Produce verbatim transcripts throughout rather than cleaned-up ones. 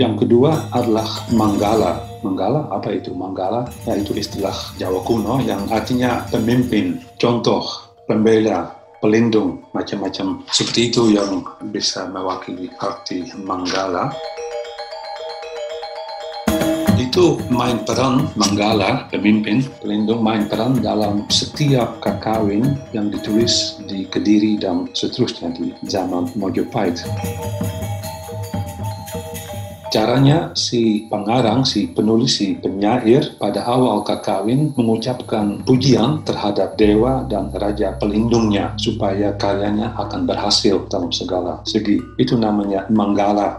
Yang kedua adalah Manggala. Manggala, apa itu Manggala? Yaitu istilah Jawa kuno yang artinya pemimpin, contoh, pembela, pelindung, macam-macam. Seperti itu yang bisa mewakili arti Manggala. Itu main peran Manggala, pemimpin, pelindung, main peran dalam setiap kakawin yang ditulis di Kediri dan seterusnya di zaman Mojopahit. Caranya si pengarang, si penulis, si penyair pada awal kakawin mengucapkan pujian terhadap dewa dan raja pelindungnya supaya karyanya akan berhasil dalam segala segi. Itu namanya Manggala.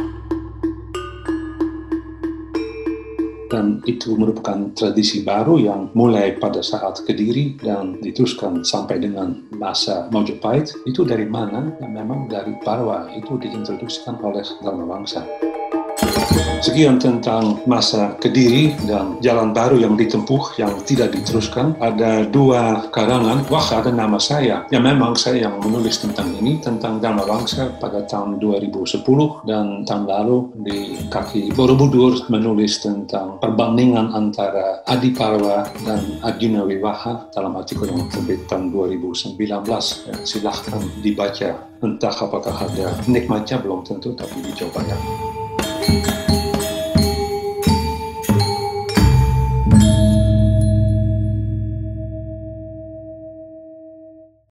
Dan itu merupakan tradisi baru yang mulai pada saat Kediri dan diteruskan sampai dengan masa Mojopahit. Itu dari mana? Ya, memang dari Parwa. Itu diintroduksikan oleh Dharma Wangsa. Sekian tentang masa Kediri dan jalan baru yang ditempuh yang tidak diteruskan. Ada dua karangan, wah ada nama saya. Ya memang saya yang menulis tentang ini, tentang Dharma Wangsa pada tahun dua ribu sepuluh, dan tahun lalu di kaki Borobudur menulis tentang perbandingan antara Adiparwa dan Arjuna Wiwaha dalam artikel yang terbit tahun dua ribu sembilan belas. Ya, silahkan dibaca. Entah apakah ada nikmatnya, belum tentu, tapi dicoba ya.